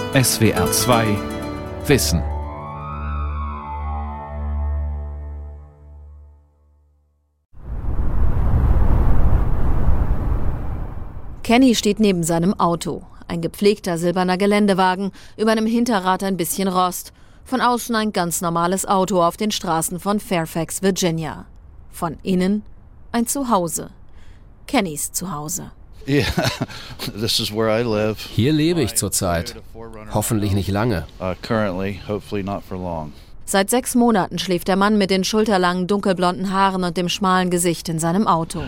SWR 2 Wissen. Kenny steht neben seinem Auto. Ein gepflegter silberner Geländewagen, über einem Hinterrad ein bisschen Rost. Von außen ein ganz normales Auto auf den Straßen von Fairfax, Virginia. Von innen ein Zuhause. Kennys Zuhause. Hier lebe ich zurzeit. Hoffentlich nicht lange. Seit 6 Monaten schläft der Mann mit den schulterlangen, dunkelblonden Haaren und dem schmalen Gesicht in seinem Auto.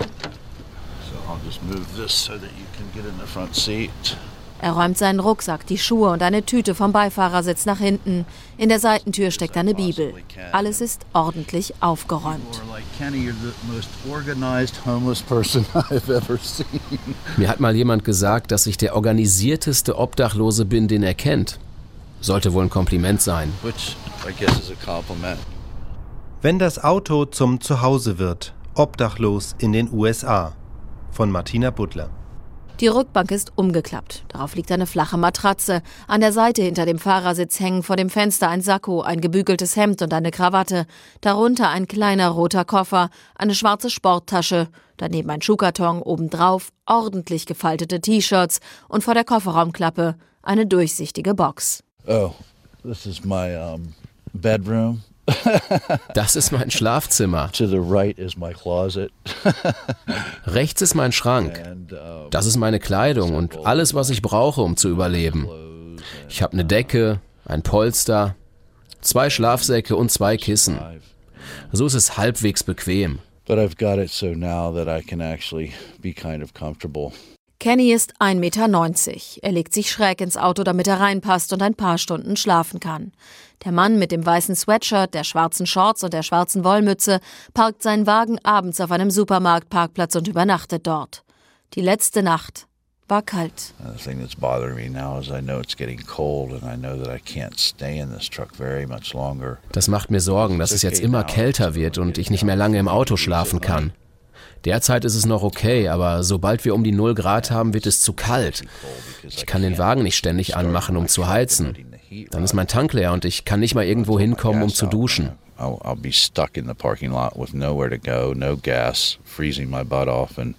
Er räumt seinen Rucksack, die Schuhe und eine Tüte vom Beifahrersitz nach hinten. In der Seitentür steckt eine Bibel. Alles ist ordentlich aufgeräumt. Mir hat mal jemand gesagt, dass ich der organisierteste Obdachlose bin, den er kennt. Sollte wohl ein Kompliment sein. Wenn das Auto zum Zuhause wird, obdachlos in den USA. Von Martina Butler. Die Rückbank ist umgeklappt. Darauf liegt eine flache Matratze. An der Seite hinter dem Fahrersitz hängen vor dem Fenster ein Sakko, ein gebügeltes Hemd und eine Krawatte. Darunter ein kleiner roter Koffer, eine schwarze Sporttasche. Daneben ein Schuhkarton, obendrauf ordentlich gefaltete T-Shirts und vor der Kofferraumklappe eine durchsichtige Box. Oh, this is my bedroom. Das ist mein Schlafzimmer. To the right is my closet. Rechts ist mein Schrank. Das ist meine Kleidung und alles, was ich brauche, um zu überleben. Ich habe eine Decke, ein Polster, 2 Schlafsäcke und 2 Kissen. So ist es halbwegs bequem. But I've got it so now that I can actually be kind of comfortable. Kenny ist 1,90 Meter. Er legt sich schräg ins Auto, damit er reinpasst und ein paar Stunden schlafen kann. Der Mann mit dem weißen Sweatshirt, der schwarzen Shorts und der schwarzen Wollmütze parkt seinen Wagen abends auf einem Supermarktparkplatz und übernachtet dort. Die letzte Nacht war kalt. The thing that's bothering me now is I know it's getting cold and I know that I can't stay in this truck very much longer. Das macht mir Sorgen, dass es jetzt immer kälter wird und ich nicht mehr lange im Auto schlafen kann. Derzeit ist es noch okay, aber sobald wir um die 0 Grad haben, wird es zu kalt. Ich kann den Wagen nicht ständig anmachen, um zu heizen. Dann ist mein Tank leer und ich kann nicht mal irgendwo hinkommen, um zu duschen. I'll be stuck in the parking lot with nowhere to go, no gas, freezing my butt off and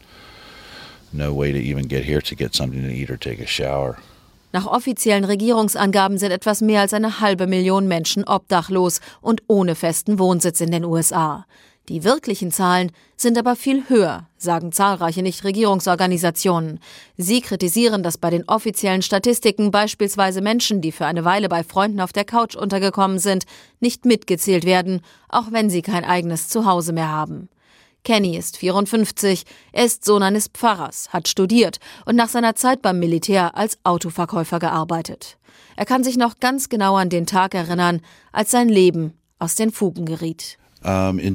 no way to even get here to get something to eat or take a shower. Nach offiziellen Regierungsangaben sind etwas mehr als 500.000 Menschen obdachlos und ohne festen Wohnsitz in den USA. Die wirklichen Zahlen sind aber viel höher, sagen zahlreiche Nichtregierungsorganisationen. Sie kritisieren, dass bei den offiziellen Statistiken beispielsweise Menschen, die für eine Weile bei Freunden auf der Couch untergekommen sind, nicht mitgezählt werden, auch wenn sie kein eigenes Zuhause mehr haben. Kenny ist 54, er ist Sohn eines Pfarrers, hat studiert und nach seiner Zeit beim Militär als Autoverkäufer gearbeitet. Er kann sich noch ganz genau an den Tag erinnern, als sein Leben aus den Fugen geriet. In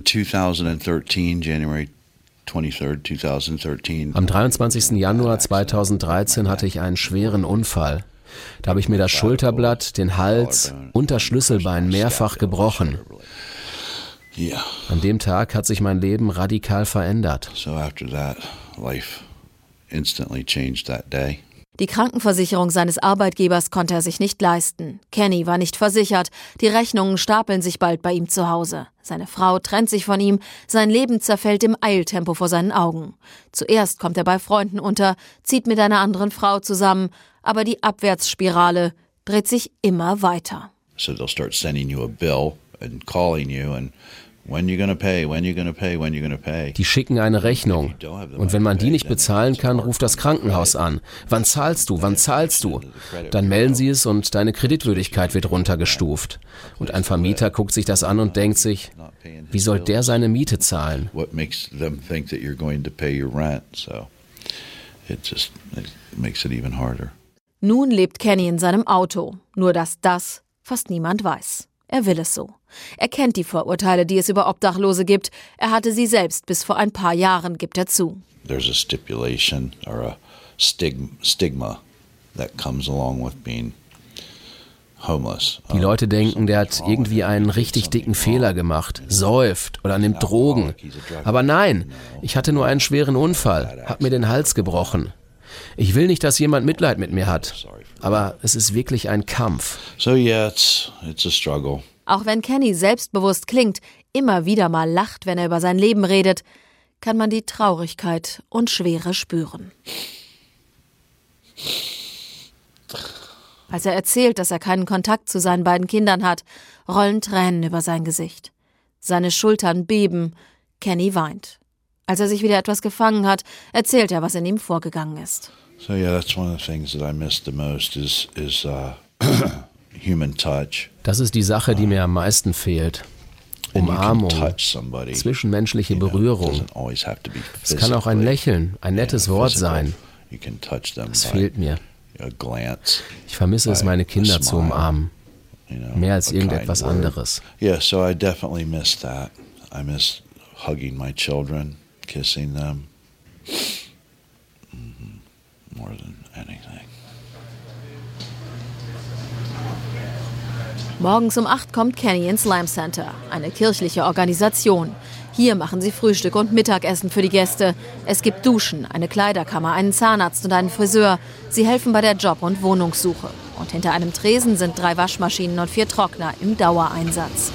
2013, January 23rd, 2013. Am 23. Januar 2013 hatte ich einen schweren Unfall. Da habe ich mir das Schulterblatt, den Hals und das Schlüsselbein mehrfach gebrochen. An dem Tag hat sich mein Leben radikal verändert. So after that, life instantly changed that day. Die Krankenversicherung seines Arbeitgebers konnte er sich nicht leisten. Kenny war nicht versichert. Die Rechnungen stapeln sich bald bei ihm zu Hause. Seine Frau trennt sich von ihm. Sein Leben zerfällt im Eiltempo vor seinen Augen. Zuerst kommt er bei Freunden unter, zieht mit einer anderen Frau zusammen. Aber die Abwärtsspirale dreht sich immer weiter. So they'll start sending you a bill and calling you and when you gonna pay, when you gonna pay, when you gonna pay. Die schicken eine Rechnung. Und wenn man die nicht bezahlen kann, ruft das Krankenhaus an. Wann zahlst du? Wann zahlst du? Dann melden sie es und deine Kreditwürdigkeit wird runtergestuft. Und ein Vermieter guckt sich das an und denkt sich, wie soll der seine Miete zahlen? What makes them think that you're going to pay your rent? So it makes it even harder. Nun lebt Kenny in seinem Auto. Nur dass das fast niemand weiß. Er will es so. Er kennt die Vorurteile, die es über Obdachlose gibt. Er hatte sie selbst bis vor ein paar Jahren, gibt er zu. There's a stipulation or a stigma that comes along with being homeless. Die Leute denken, der hat irgendwie einen richtig dicken Fehler gemacht, säuft oder nimmt Drogen. Aber nein, ich hatte nur einen schweren Unfall, hab mir den Hals gebrochen. Ich will nicht, dass jemand Mitleid mit mir hat. Aber es ist wirklich ein Kampf. So yeah, it's a struggle. Auch wenn Kenny selbstbewusst klingt, immer wieder mal lacht, wenn er über sein Leben redet, kann man die Traurigkeit und Schwere spüren. Als er erzählt, dass er keinen Kontakt zu seinen beiden Kindern hat, rollen Tränen über sein Gesicht. Seine Schultern beben, Kenny weint. Als er sich wieder etwas gefangen hat, erzählt er, was in ihm vorgegangen ist. So yeah, that's one of the things that I miss the most is human touch. Das ist die Sache, die mir am meisten fehlt. Umarmung, zwischenmenschliche Berührung. Es kann auch ein Lächeln, ein nettes Wort sein. Es fehlt mir. Ich vermisse es, meine Kinder zu umarmen. Mehr als irgendetwas anderes. Yeah, so I definitely miss that. I miss hugging my children, kissing them. More than anything. Morgens um 8 kommt Kenny ins Lime Center, eine kirchliche Organisation. Hier machen sie Frühstück und Mittagessen für die Gäste. Es gibt Duschen, eine Kleiderkammer, einen Zahnarzt und einen Friseur. Sie helfen bei der Job- und Wohnungssuche. Und hinter einem Tresen sind 3 Waschmaschinen und 4 Trockner im Dauereinsatz.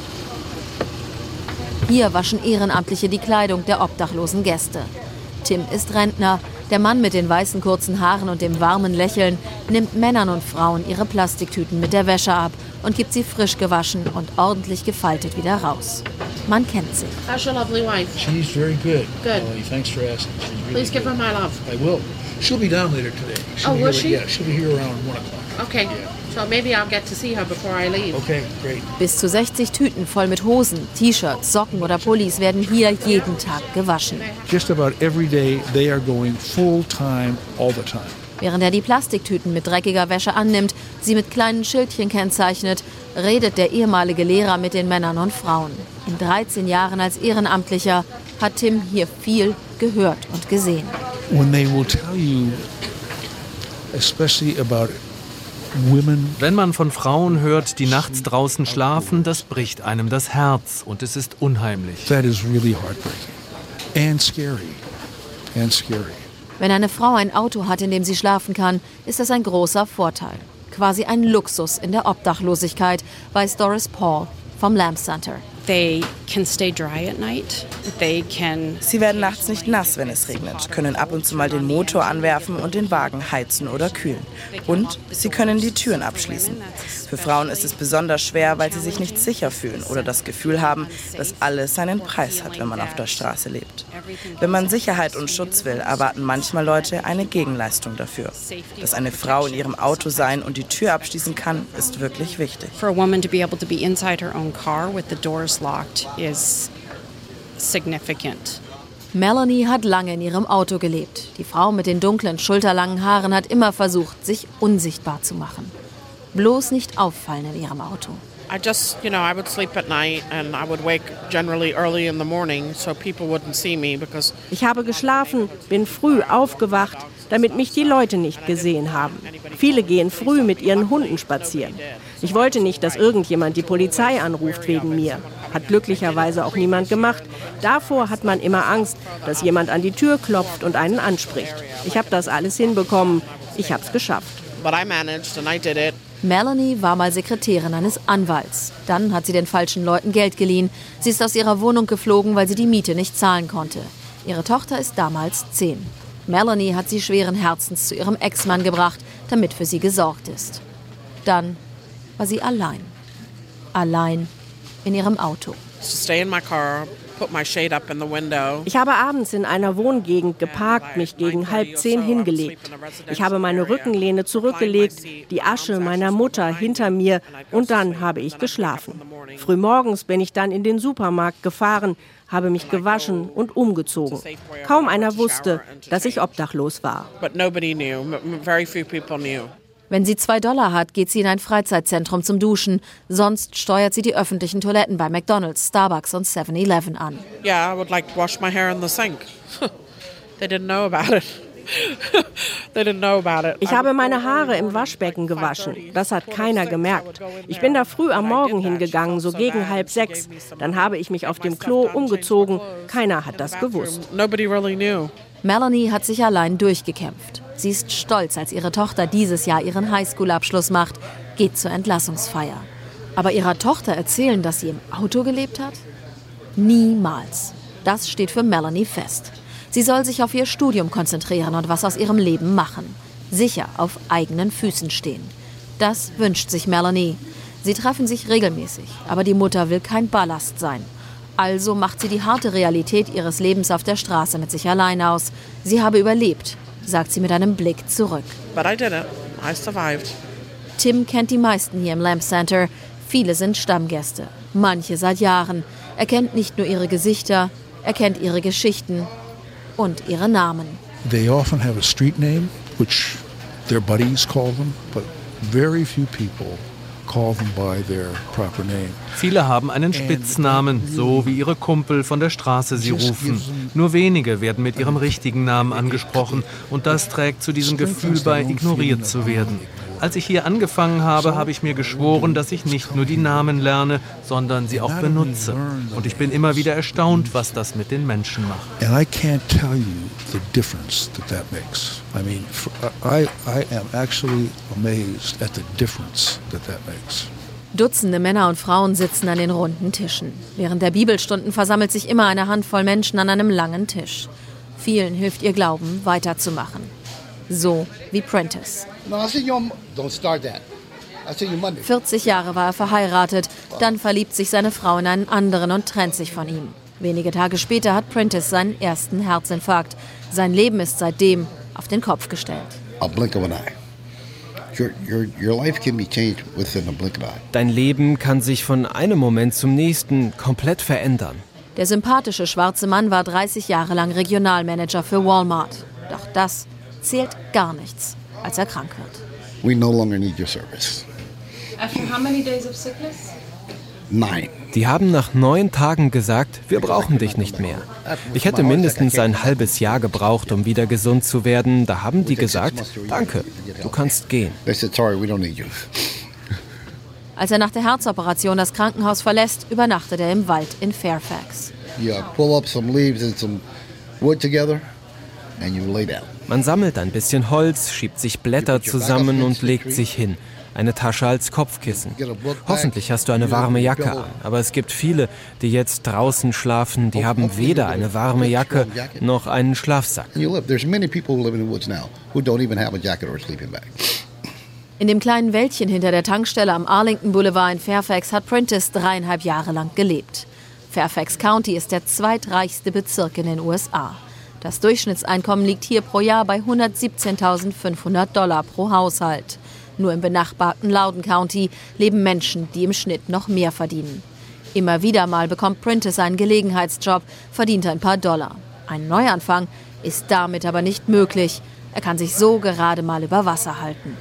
Hier waschen Ehrenamtliche die Kleidung der obdachlosen Gäste. Tim ist Rentner. Der Mann mit den weißen kurzen Haaren und dem warmen Lächeln nimmt Männern und Frauen ihre Plastiktüten mit der Wäsche ab und gibt sie frisch gewaschen und ordentlich gefaltet wieder raus. Man kennt sich. How's your lovely wife? She's very good. Good. Molly, thanks for asking. She's really Please give her good. my love. I will. She'll be down later today. Oh, will she? Yeah, she'll be here around 1 o'clock. Okay. So maybe I'll get to see her before I leave. Okay, great. Bis zu 60 Tüten voll mit Hosen, T-Shirts, Socken oder Pullis werden hier jeden Tag gewaschen. Just about every day they are going full time all the time. Während er die Plastiktüten mit dreckiger Wäsche annimmt, sie mit kleinen Schildchen kennzeichnet, redet der ehemalige Lehrer mit den Männern und Frauen. In 13 Jahren als Ehrenamtlicher hat Tim hier viel gehört und gesehen. When they will tell you, especially about women. Wenn man von Frauen hört, die nachts draußen schlafen, das bricht einem das Herz und es ist unheimlich. That is really heartbreaking and scary. And scary. Wenn eine Frau ein Auto hat, in dem sie schlafen kann, ist das ein großer Vorteil. Quasi ein Luxus in der Obdachlosigkeit, weiß Doris Paul vom Lamb Center. They can stay dry at night. Sie werden nachts nicht nass, wenn es regnet, können ab und zu mal den Motor anwerfen und den Wagen heizen oder kühlen. Und sie können die Türen abschließen. Für Frauen ist es besonders schwer, weil sie sich nicht sicher fühlen oder das Gefühl haben, dass alles seinen Preis hat, wenn man auf der Straße lebt. Wenn man Sicherheit und Schutz will, erwarten manchmal Leute eine Gegenleistung dafür. Dass eine Frau in ihrem Auto sein und die Tür abschließen kann, ist wirklich wichtig. For a woman to be able to be inside her own car with the doors locked is significant. Melanie hat lange in ihrem Auto gelebt. Die Frau mit den dunklen, schulterlangen Haaren hat immer versucht, sich unsichtbar zu machen. Bloß nicht auffallen in ihrem Auto. I would sleep at night and I would wake generally early in the morning so people wouldn't see me because Ich habe geschlafen, bin früh aufgewacht, damit mich die Leute nicht gesehen haben. Viele gehen früh mit ihren Hunden spazieren. Ich wollte nicht, dass irgendjemand die Polizei anruft wegen mir. Hat glücklicherweise auch niemand gemacht. Davor hat man immer Angst, dass jemand an die Tür klopft und einen anspricht. Ich habe das alles hinbekommen. Ich habe es geschafft. but I managed and I did it. Melanie war mal Sekretärin eines Anwalts. Dann hat sie den falschen Leuten Geld geliehen. Sie ist aus ihrer Wohnung geflogen, weil sie die Miete nicht zahlen konnte. Ihre Tochter ist damals 10. Melanie hat sie schweren Herzens zu ihrem Ex-Mann gebracht, damit für sie gesorgt ist. Dann war sie allein. Allein in ihrem Auto. Stay in my car, put my shade up in the window. Ich habe abends in einer Wohngegend geparkt, mich gegen 9:30 hingelegt. Ich habe meine Rückenlehne zurückgelegt, die Asche meiner Mutter hinter mir und dann habe ich geschlafen. Frühmorgens bin ich dann in den Supermarkt gefahren, habe mich gewaschen und umgezogen. Kaum einer wusste, dass ich obdachlos war. But nobody knew. Very few people knew. Wenn sie $2 hat, geht sie in ein Freizeitzentrum zum Duschen. Sonst steuert sie die öffentlichen Toiletten bei McDonald's, Starbucks und 7-Eleven an. Yeah, I would like to wash my hair in the sink. They didn't know about it. They didn't know about it. Ich habe meine Haare im Waschbecken gewaschen. Das hat keiner gemerkt. Ich bin da früh am Morgen hingegangen, so gegen 5:30. Dann habe ich mich auf dem Klo umgezogen. Keiner hat das gewusst. Nobody really knew. Melanie hat sich allein durchgekämpft. Sie ist stolz, als ihre Tochter dieses Jahr ihren Highschool-Abschluss macht, geht zur Entlassungsfeier. Aber ihrer Tochter erzählen, dass sie im Auto gelebt hat? Niemals. Das steht für Melanie fest. Sie soll sich auf ihr Studium konzentrieren und was aus ihrem Leben machen. Sicher auf eigenen Füßen stehen. Das wünscht sich Melanie. Sie treffen sich regelmäßig, aber die Mutter will kein Ballast sein. Also macht sie die harte Realität ihres Lebens auf der Straße mit sich allein aus. Sie habe überlebt, sagt sie mit einem Blick zurück. But I did it. I survived. Tim kennt die meisten hier im Lamp Center. Viele sind Stammgäste, manche seit Jahren. Er kennt nicht nur ihre Gesichter, er kennt ihre Geschichten und ihre Namen. They often have a street name, which their buddies call them, but very few people call them by their proper name. Viele haben einen Spitznamen, so wie ihre Kumpel von der Straße sie rufen. Nur wenige werden mit ihrem richtigen Namen angesprochen und das trägt zu diesem Gefühl bei, ignoriert zu werden. Als ich hier angefangen habe, habe ich mir geschworen, dass ich nicht nur die Namen lerne, sondern sie auch benutze. Und ich bin immer wieder erstaunt, was das mit den Menschen macht. And I can't tell you the difference that makes. I mean, I am actually amazed at the difference that makes. Dutzende Männer und Frauen sitzen an den runden Tischen. Während der Bibelstunden versammelt sich immer eine Handvoll Menschen an einem langen Tisch. Vielen hilft ihr Glauben, weiterzumachen. So wie Prentice. 40 Jahre war er verheiratet, dann verliebt sich seine Frau in einen anderen und trennt sich von ihm. Wenige Tage später hat Prentice seinen ersten Herzinfarkt. Sein Leben ist seitdem auf den Kopf gestellt. Dein Leben kann sich von einem Moment zum nächsten komplett verändern. Der sympathische schwarze Mann war 30 Jahre lang Regionalmanager für Walmart. Doch das zählt gar nichts, als er krank wird. We no longer need your service. After how many days of sickness? 9. Die haben nach 9 Tagen gesagt, wir brauchen dich nicht mehr. Ich hätte mindestens ein halbes Jahr gebraucht, um wieder gesund zu werden. Da haben die gesagt, danke, du kannst gehen. Als er nach der Herzoperation das Krankenhaus verlässt, übernachtet er im Wald in Fairfax. Man sammelt ein bisschen Holz, schiebt sich Blätter zusammen und legt sich hin. Eine Tasche als Kopfkissen. Hoffentlich hast du eine warme Jacke an. Aber es gibt viele, die jetzt draußen schlafen, die haben weder eine warme Jacke noch einen Schlafsack. In dem kleinen Wäldchen hinter der Tankstelle am Arlington Boulevard in Fairfax hat Prentice 3,5 Jahre lang gelebt. Fairfax County ist der zweitreichste Bezirk in den USA. Das Durchschnittseinkommen liegt hier pro Jahr bei $117.500 pro Haushalt. Nur im benachbarten Loudoun County leben Menschen, die im Schnitt noch mehr verdienen. Immer wieder mal bekommt Prentice einen Gelegenheitsjob, verdient ein paar $. Ein Neuanfang ist damit aber nicht möglich. Er kann sich so gerade mal über Wasser halten.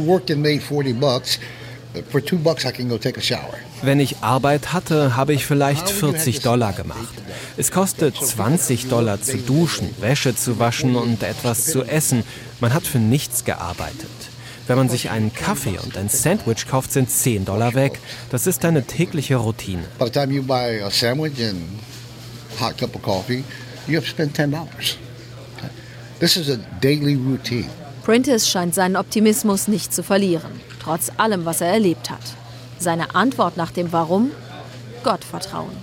Wenn ich Arbeit hatte, habe ich vielleicht $40 gemacht. Es kostet $20 zu duschen, Wäsche zu waschen und etwas zu essen. Man hat für nichts gearbeitet. Wenn man sich einen Kaffee und ein Sandwich kauft, sind $10 weg. Das ist eine tägliche Routine. Prentice scheint seinen Optimismus nicht zu verlieren, trotz allem, was er erlebt hat. Seine Antwort nach dem Warum? Gottvertrauen.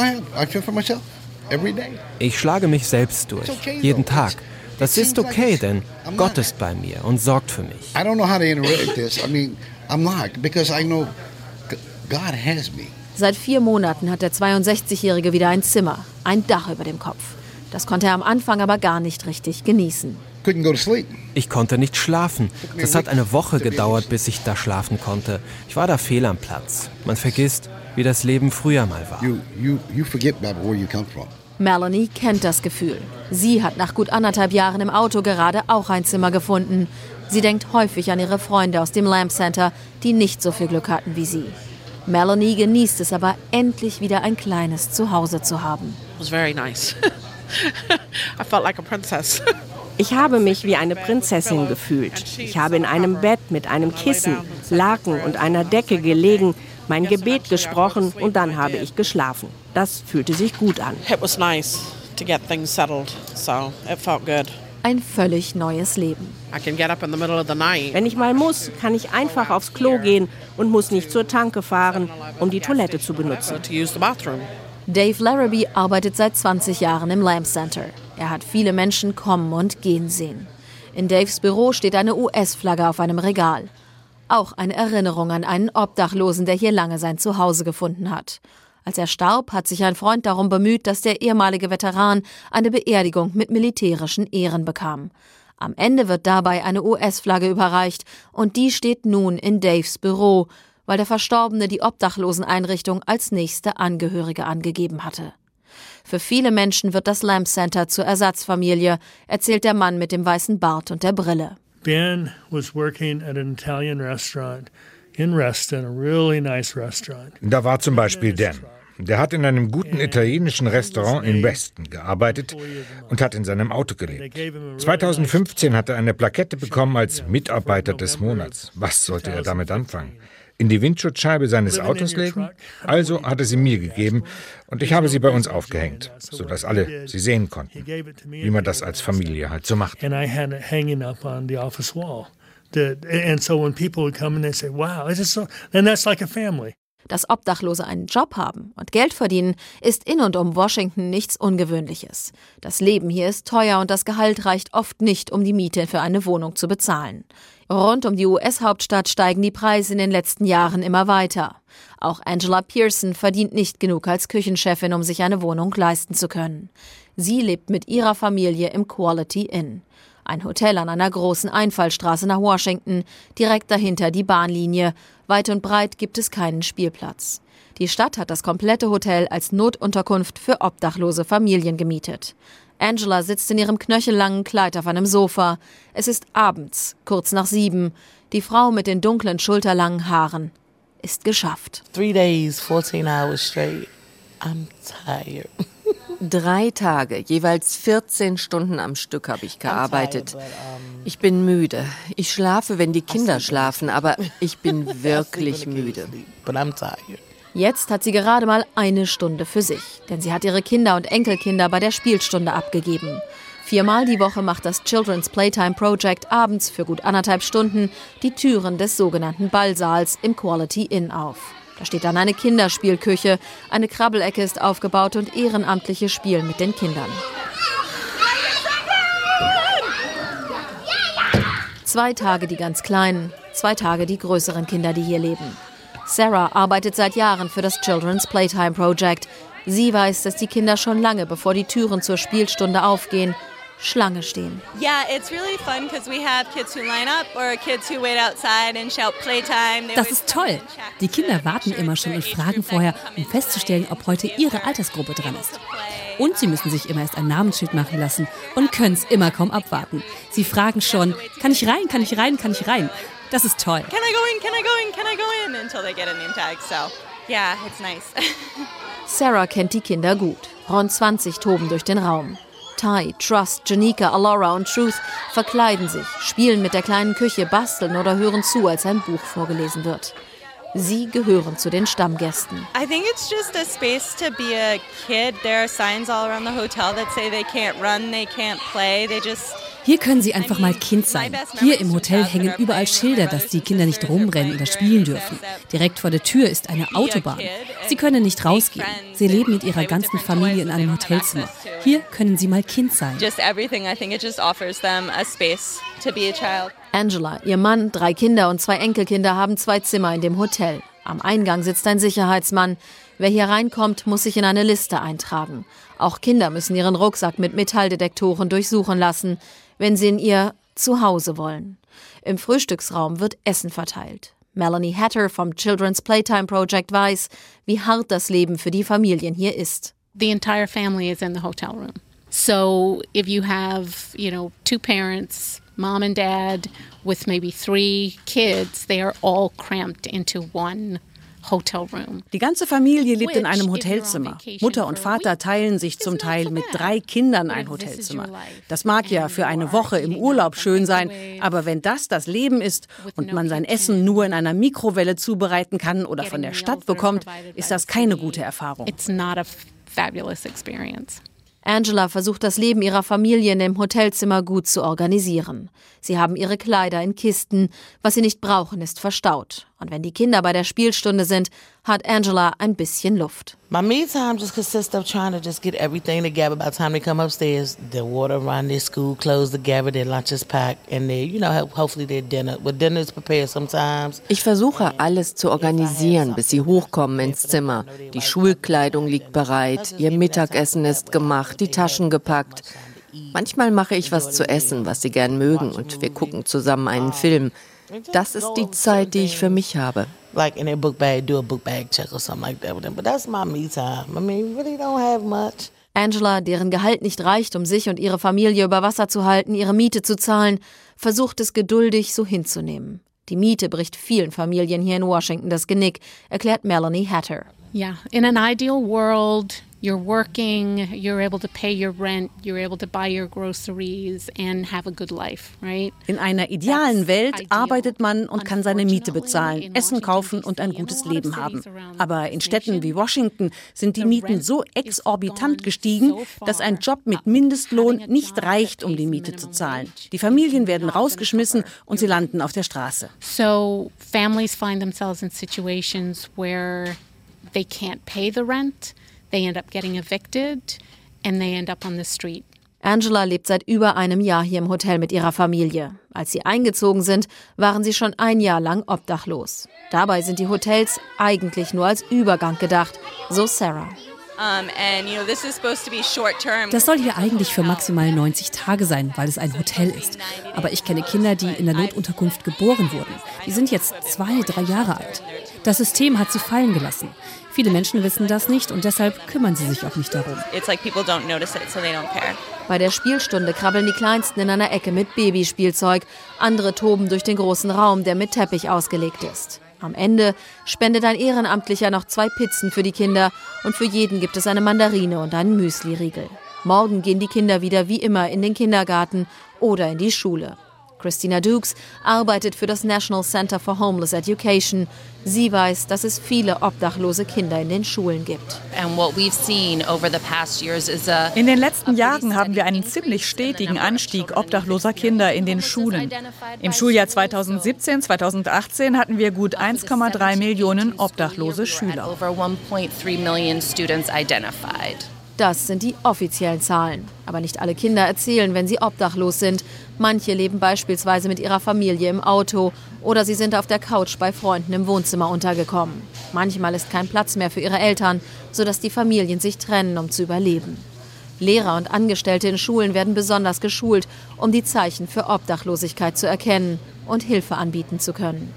Ich schlage mich selbst durch, jeden Tag. Das ist okay, denn Gott ist bei mir und sorgt für mich. Seit 4 Monaten hat der 62-Jährige wieder ein Zimmer, ein Dach über dem Kopf. Das konnte er am Anfang aber gar nicht richtig genießen. Ich konnte nicht schlafen. Das hat eine Woche gedauert, bis ich da schlafen konnte. Ich war da fehl am Platz. Man vergisst, wie das Leben früher mal war. Melanie kennt das Gefühl. Sie hat nach gut 1,5 Jahren im Auto gerade auch ein Zimmer gefunden. Sie denkt häufig an ihre Freunde aus dem Lamp Center, die nicht so viel Glück hatten wie sie. Melanie genießt es aber, endlich wieder ein kleines Zuhause zu haben. It was very nice. I felt like a princess. Ich habe mich wie eine Prinzessin gefühlt. Ich habe in einem Bett mit einem Kissen, Laken und einer Decke gelegen, mein Gebet gesprochen und dann habe ich geschlafen. Das fühlte sich gut an. It was nice to get things settled, so it felt good. ein völlig neues Leben. Wenn ich mal muss, kann ich einfach aufs Klo gehen und muss nicht zur Tanke fahren, um die Toilette zu benutzen. Dave Larrabee arbeitet seit 20 Jahren im Lamb Center. Er hat viele Menschen kommen und gehen sehen. In Daves Büro steht eine US-Flagge auf einem Regal. Auch eine Erinnerung an einen Obdachlosen, der hier lange sein Zuhause gefunden hat. Als er starb, hat sich ein Freund darum bemüht, dass der ehemalige Veteran eine Beerdigung mit militärischen Ehren bekam. Am Ende wird dabei eine US-Flagge überreicht und die steht nun in Daves Büro, weil der Verstorbene die Obdachloseneinrichtung als nächste Angehörige angegeben hatte. Für viele Menschen wird das Lamb Center zur Ersatzfamilie, erzählt der Mann mit dem weißen Bart und der Brille. Ben was working at an Italian restaurant in Reston, a really nice restaurant. Da war zum Beispiel Dan. Der hat in einem guten italienischen Restaurant in Reston gearbeitet und hat in seinem Auto gelebt. 2015 hat er eine Plakette bekommen als Mitarbeiter des Monats. Was sollte er damit anfangen? In die Windschutzscheibe seines Autos legen? Also hat er sie mir gegeben und ich habe sie bei uns aufgehängt, sodass alle sie sehen konnten, wie man das als Familie halt so macht. And I had it hanging up on the office wall. And so when people would come and they say, wow, this is so, then that's like a family. Dass Obdachlose einen Job haben und Geld verdienen, ist in und um Washington nichts Ungewöhnliches. Das Leben hier ist teuer und das Gehalt reicht oft nicht, um die Miete für eine Wohnung zu bezahlen. Rund um die US-Hauptstadt steigen die Preise in den letzten Jahren immer weiter. Auch Angela Pearson verdient nicht genug als Küchenchefin, um sich eine Wohnung leisten zu können. Sie lebt mit ihrer Familie im Quality Inn. Ein Hotel an einer großen Einfallstraße nach Washington, direkt dahinter die Bahnlinie. Weit und breit gibt es keinen Spielplatz. Die Stadt hat das komplette Hotel als Notunterkunft für obdachlose Familien gemietet. Angela sitzt in ihrem knöchellangen Kleid auf einem Sofa. Es ist abends, kurz nach 7. Die Frau mit den dunklen, schulterlangen Haaren ist geschafft. 3 days, 14 hours straight. I'm tired. 3 Tage, jeweils 14 Stunden am Stück habe ich gearbeitet. Ich bin müde. Ich schlafe, wenn die Kinder schlafen, aber ich bin wirklich müde. Jetzt hat sie gerade mal 1 Stunde für sich, denn sie hat ihre Kinder und Enkelkinder bei der Spielstunde abgegeben. 4-mal die Woche macht das Children's Playtime Project abends für gut 1,5 Stunden die Türen des sogenannten Ballsaals im Quality Inn auf. Da steht dann eine Kinderspielküche, eine Krabbelecke ist aufgebaut und ehrenamtliche Spielen mit den Kindern. 2 Tage die ganz Kleinen, 2 Tage die größeren Kinder, die hier leben. Sarah arbeitet seit Jahren für das Children's Playtime Project. Sie weiß, dass die Kinder schon lange, bevor die Türen zur Spielstunde aufgehen, Schlange stehen. Das ist toll. Die Kinder warten immer schon und fragen vorher, um festzustellen, ob heute ihre Altersgruppe dran ist. Und sie müssen sich immer erst ein Namensschild machen lassen und können es immer kaum abwarten. Sie fragen schon, kann ich rein, kann ich rein, kann ich rein? Das ist toll. Can I go in, can I go in, can I go in? Until they get a name tag, so yeah, it's nice. Sarah kennt die Kinder gut. Rund 20 toben durch den Raum. Ty, Trust, Janika, Alora und Truth verkleiden sich, spielen mit der kleinen Küche, basteln oder hören zu, als ein Buch vorgelesen wird. Sie gehören zu den Stammgästen. I think it's just a space to be a kid. There are signs all around the hotel that say they can't run, they can't play, they just... Hier können sie einfach mal Kind sein. Hier im Hotel hängen überall Schilder, dass die Kinder nicht rumrennen oder spielen dürfen. Direkt vor der Tür ist eine Autobahn. Sie können nicht rausgehen. Sie leben mit ihrer ganzen Familie in einem Hotelzimmer. Hier können sie mal Kind sein. Angela, ihr Mann, 3 Kinder und 2 Enkelkinder haben 2 Zimmer in dem Hotel. Am Eingang sitzt ein Sicherheitsmann. Wer hier reinkommt, muss sich in eine Liste eintragen. Auch Kinder müssen ihren Rucksack mit Metalldetektoren durchsuchen lassen, wenn sie in ihr Zuhause wollen. Im Frühstücksraum wird Essen verteilt. Melanie Hatter vom Children's Playtime Project weiß, wie hart das Leben für die Familien hier ist. The entire family is in the hotel room. So if you have, 2 parents, mom and dad, with maybe 3 kids, they are all cramped into one hotel room. Die ganze Familie lebt in einem Hotelzimmer. Mutter und Vater teilen sich zum Teil mit 3 Kindern ein Hotelzimmer. Das mag ja für eine Woche im Urlaub schön sein, aber wenn das Leben ist und man sein Essen nur in einer Mikrowelle zubereiten kann oder von der Stadt bekommt, ist das keine gute Erfahrung. It's not a fabulous experience. Angela versucht, das Leben ihrer Familie in dem Hotelzimmer gut zu organisieren. Sie haben ihre Kleider in Kisten. Was sie nicht brauchen, ist verstaut. Und wenn die Kinder bei der Spielstunde sind, hat Angela ein bisschen Luft. My me time just consists of trying to just get everything together by the time they come upstairs. Their water run, their school clothes together, their lunch is packed, and hopefully their dinner. Well, dinner is prepared sometimes. Ich versuche, alles zu organisieren, bis sie hochkommen ins Zimmer. Die Schulkleidung liegt bereit, ihr Mittagessen ist gemacht, die Taschen gepackt. Manchmal mache ich was zu essen, was sie gern mögen, und wir gucken zusammen einen Film. Das ist die Zeit, die ich für mich habe. Like in their book bag, do a book bag check or something like that with them. But that's my me time. I mean, really don't have much. Angela, deren Gehalt nicht reicht, um sich und ihre Familie über Wasser zu halten, ihre Miete zu zahlen, versucht es geduldig so hinzunehmen. Die Miete bricht vielen Familien hier in Washington das Genick, erklärt Melanie Hatter. Yeah, in an ideal world, you're working, you're able to pay your rent, you're able to buy your groceries and have a good life, right? In einer idealen Welt arbeitet man und kann seine Miete bezahlen, Essen kaufen und ein gutes Leben haben. Aber in Städten wie Washington sind die Mieten so exorbitant gestiegen, dass ein Job mit Mindestlohn nicht reicht, um die Miete zu zahlen. Die Familien werden rausgeschmissen und sie landen auf der Straße. So families find themselves in situations where they can't pay the rent. They end up getting evicted and they end up on the street. Angela lebt seit über einem Jahr hier im Hotel mit ihrer Familie. Als sie eingezogen sind, waren sie schon ein Jahr lang obdachlos. Dabei sind die Hotels eigentlich nur als Übergang gedacht, so Sarah. Das soll hier eigentlich für maximal 90 Tage sein, weil es ein Hotel ist. Aber ich kenne Kinder, die in der Notunterkunft geboren wurden. Die sind jetzt 2, 3 Jahre alt. Das System hat sie fallen gelassen. Viele Menschen wissen das nicht und deshalb kümmern sie sich auch nicht darum. Bei der Spielstunde krabbeln die Kleinsten in einer Ecke mit Babyspielzeug. Andere toben durch den großen Raum, der mit Teppich ausgelegt ist. Am Ende spendet ein Ehrenamtlicher noch 2 Pizzen für die Kinder und für jeden gibt es eine Mandarine und einen Müsli-Riegel. Morgen gehen die Kinder wieder wie immer in den Kindergarten oder in die Schule. Christina Dukes arbeitet für das National Center for Homeless Education. Sie weiß, dass es viele obdachlose Kinder in den Schulen gibt. In den letzten Jahren haben wir einen ziemlich stetigen Anstieg obdachloser Kinder in den Schulen. Im Schuljahr 2017/2018 hatten wir gut 1,3 Millionen obdachlose Schüler. Das sind die offiziellen Zahlen. Aber nicht alle Kinder erzählen, wenn sie obdachlos sind. Manche leben beispielsweise mit ihrer Familie im Auto oder sie sind auf der Couch bei Freunden im Wohnzimmer untergekommen. Manchmal ist kein Platz mehr für ihre Eltern, sodass die Familien sich trennen, um zu überleben. Lehrer und Angestellte in Schulen werden besonders geschult, um die Zeichen für Obdachlosigkeit zu erkennen und Hilfe anbieten zu können.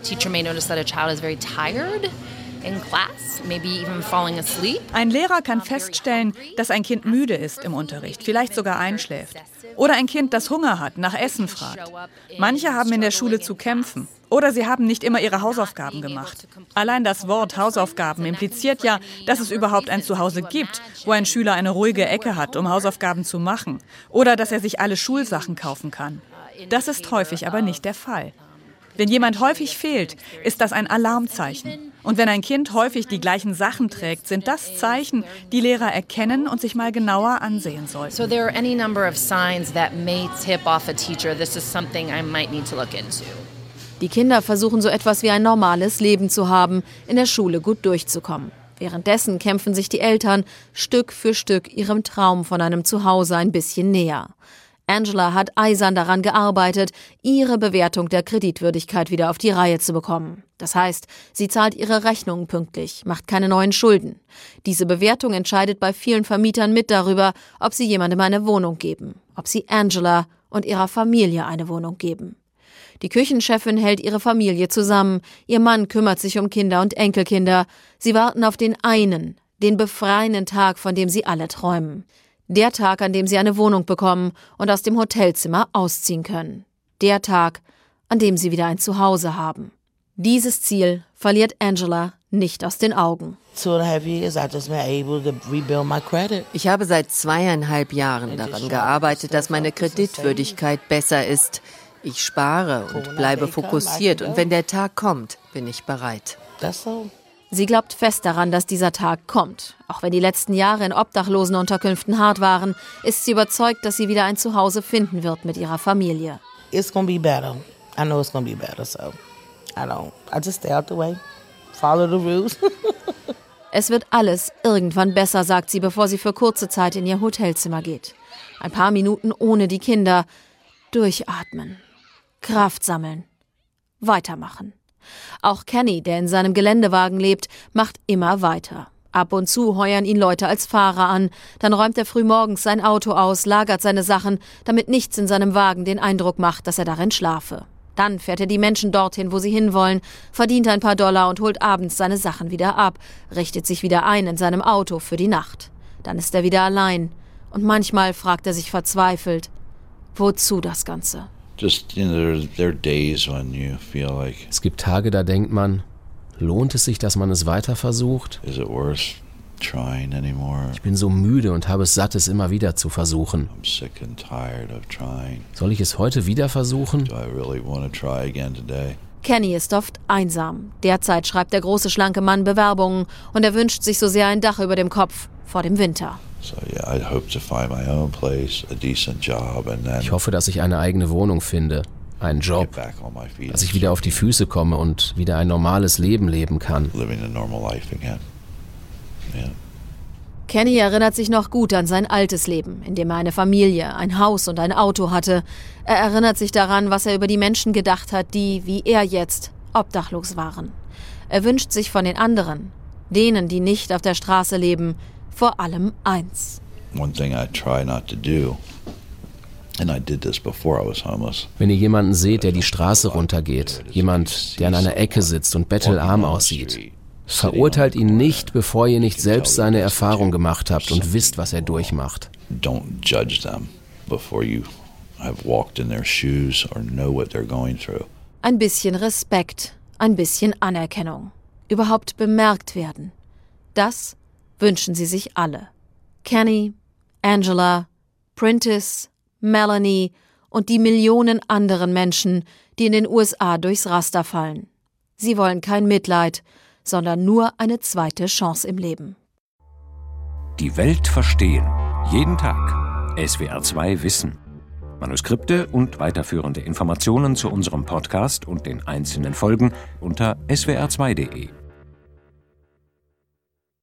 Ein Lehrer kann feststellen, dass ein Kind müde ist im Unterricht, vielleicht sogar einschläft. Oder ein Kind, das Hunger hat, nach Essen fragt. Manche haben in der Schule zu kämpfen. Oder sie haben nicht immer ihre Hausaufgaben gemacht. Allein das Wort Hausaufgaben impliziert ja, dass es überhaupt ein Zuhause gibt, wo ein Schüler eine ruhige Ecke hat, um Hausaufgaben zu machen. Oder dass er sich alle Schulsachen kaufen kann. Das ist häufig aber nicht der Fall. Wenn jemand häufig fehlt, ist das ein Alarmzeichen. Und wenn ein Kind häufig die gleichen Sachen trägt, sind das Zeichen, die Lehrer erkennen und sich mal genauer ansehen sollten. So there are any number of signs that may tip off a teacher. This is something I might need to look into. Die Kinder versuchen so etwas wie ein normales Leben zu haben, in der Schule gut durchzukommen. Währenddessen kämpfen sich die Eltern Stück für Stück ihrem Traum von einem Zuhause ein bisschen näher. Angela hat eisern daran gearbeitet, ihre Bewertung der Kreditwürdigkeit wieder auf die Reihe zu bekommen. Das heißt, sie zahlt ihre Rechnungen pünktlich, macht keine neuen Schulden. Diese Bewertung entscheidet bei vielen Vermietern mit darüber, ob sie jemandem eine Wohnung geben, ob sie Angela und ihrer Familie eine Wohnung geben. Die Küchenchefin hält ihre Familie zusammen, ihr Mann kümmert sich um Kinder und Enkelkinder. Sie warten auf den befreienden Tag, von dem sie alle träumen. Der Tag, an dem sie eine Wohnung bekommen und aus dem Hotelzimmer ausziehen können. Der Tag, an dem sie wieder ein Zuhause haben. Dieses Ziel verliert Angela nicht aus den Augen. Ich habe seit 2,5 Jahren daran gearbeitet, dass meine Kreditwürdigkeit besser ist. Ich spare und bleibe fokussiert und wenn der Tag kommt, bin ich bereit. Sie glaubt fest daran, dass dieser Tag kommt. Auch wenn die letzten Jahre in Obdachlosenunterkünften hart waren, ist sie überzeugt, dass sie wieder ein Zuhause finden wird mit ihrer Familie. It's gonna be better. I know it's gonna be better, so I just stay out the way, follow the rules. Es wird alles irgendwann besser, sagt sie, bevor sie für kurze Zeit in ihr Hotelzimmer geht. Ein paar Minuten ohne die Kinder. Durchatmen. Kraft sammeln. Weitermachen. Auch Kenny, der in seinem Geländewagen lebt, macht immer weiter. Ab und zu heuern ihn Leute als Fahrer an. Dann räumt er frühmorgens sein Auto aus, lagert seine Sachen, damit nichts in seinem Wagen den Eindruck macht, dass er darin schlafe. Dann fährt er die Menschen dorthin, wo sie hinwollen, verdient ein paar $, und holt abends seine Sachen wieder ab, richtet sich wieder ein in seinem Auto für die Nacht. Dann ist er wieder allein. Und manchmal fragt er sich verzweifelt, wozu das Ganze? Es gibt Tage, da denkt man, lohnt es sich, dass man es weiter versucht? Ich bin so müde und habe es satt, es immer wieder zu versuchen. Soll ich es heute wieder versuchen? Kenny ist oft einsam. Derzeit schreibt der große, schlanke Mann Bewerbungen und er wünscht sich so sehr ein Dach über dem Kopf vor dem Winter. Ich hoffe, dass ich eine eigene Wohnung finde, einen Job, dass ich wieder auf die Füße komme und wieder ein normales Leben leben kann. Kenny erinnert sich noch gut an sein altes Leben, in dem er eine Familie, ein Haus und ein Auto hatte. Er erinnert sich daran, was er über die Menschen gedacht hat, die, wie er jetzt, obdachlos waren. Er wünscht sich von den anderen, denen, die nicht auf der Straße leben, vor allem eins. Wenn ihr jemanden seht, der die Straße runtergeht, jemand, der an einer Ecke sitzt und bettelarm aussieht, verurteilt ihn nicht, bevor ihr nicht selbst seine Erfahrung gemacht habt und wisst, was er durchmacht. Don't judge them before you have walked in their shoes or know what they're going through. Ein bisschen Respekt, ein bisschen Anerkennung, überhaupt bemerkt werden. Das wünschen sie sich alle. Kenny, Angela, Prentice, Melanie und die Millionen anderen Menschen, die in den USA durchs Raster fallen. Sie wollen kein Mitleid, sondern nur eine zweite Chance im Leben. Die Welt verstehen. Jeden Tag. SWR2 Wissen. Manuskripte und weiterführende Informationen zu unserem Podcast und den einzelnen Folgen unter swr2.de.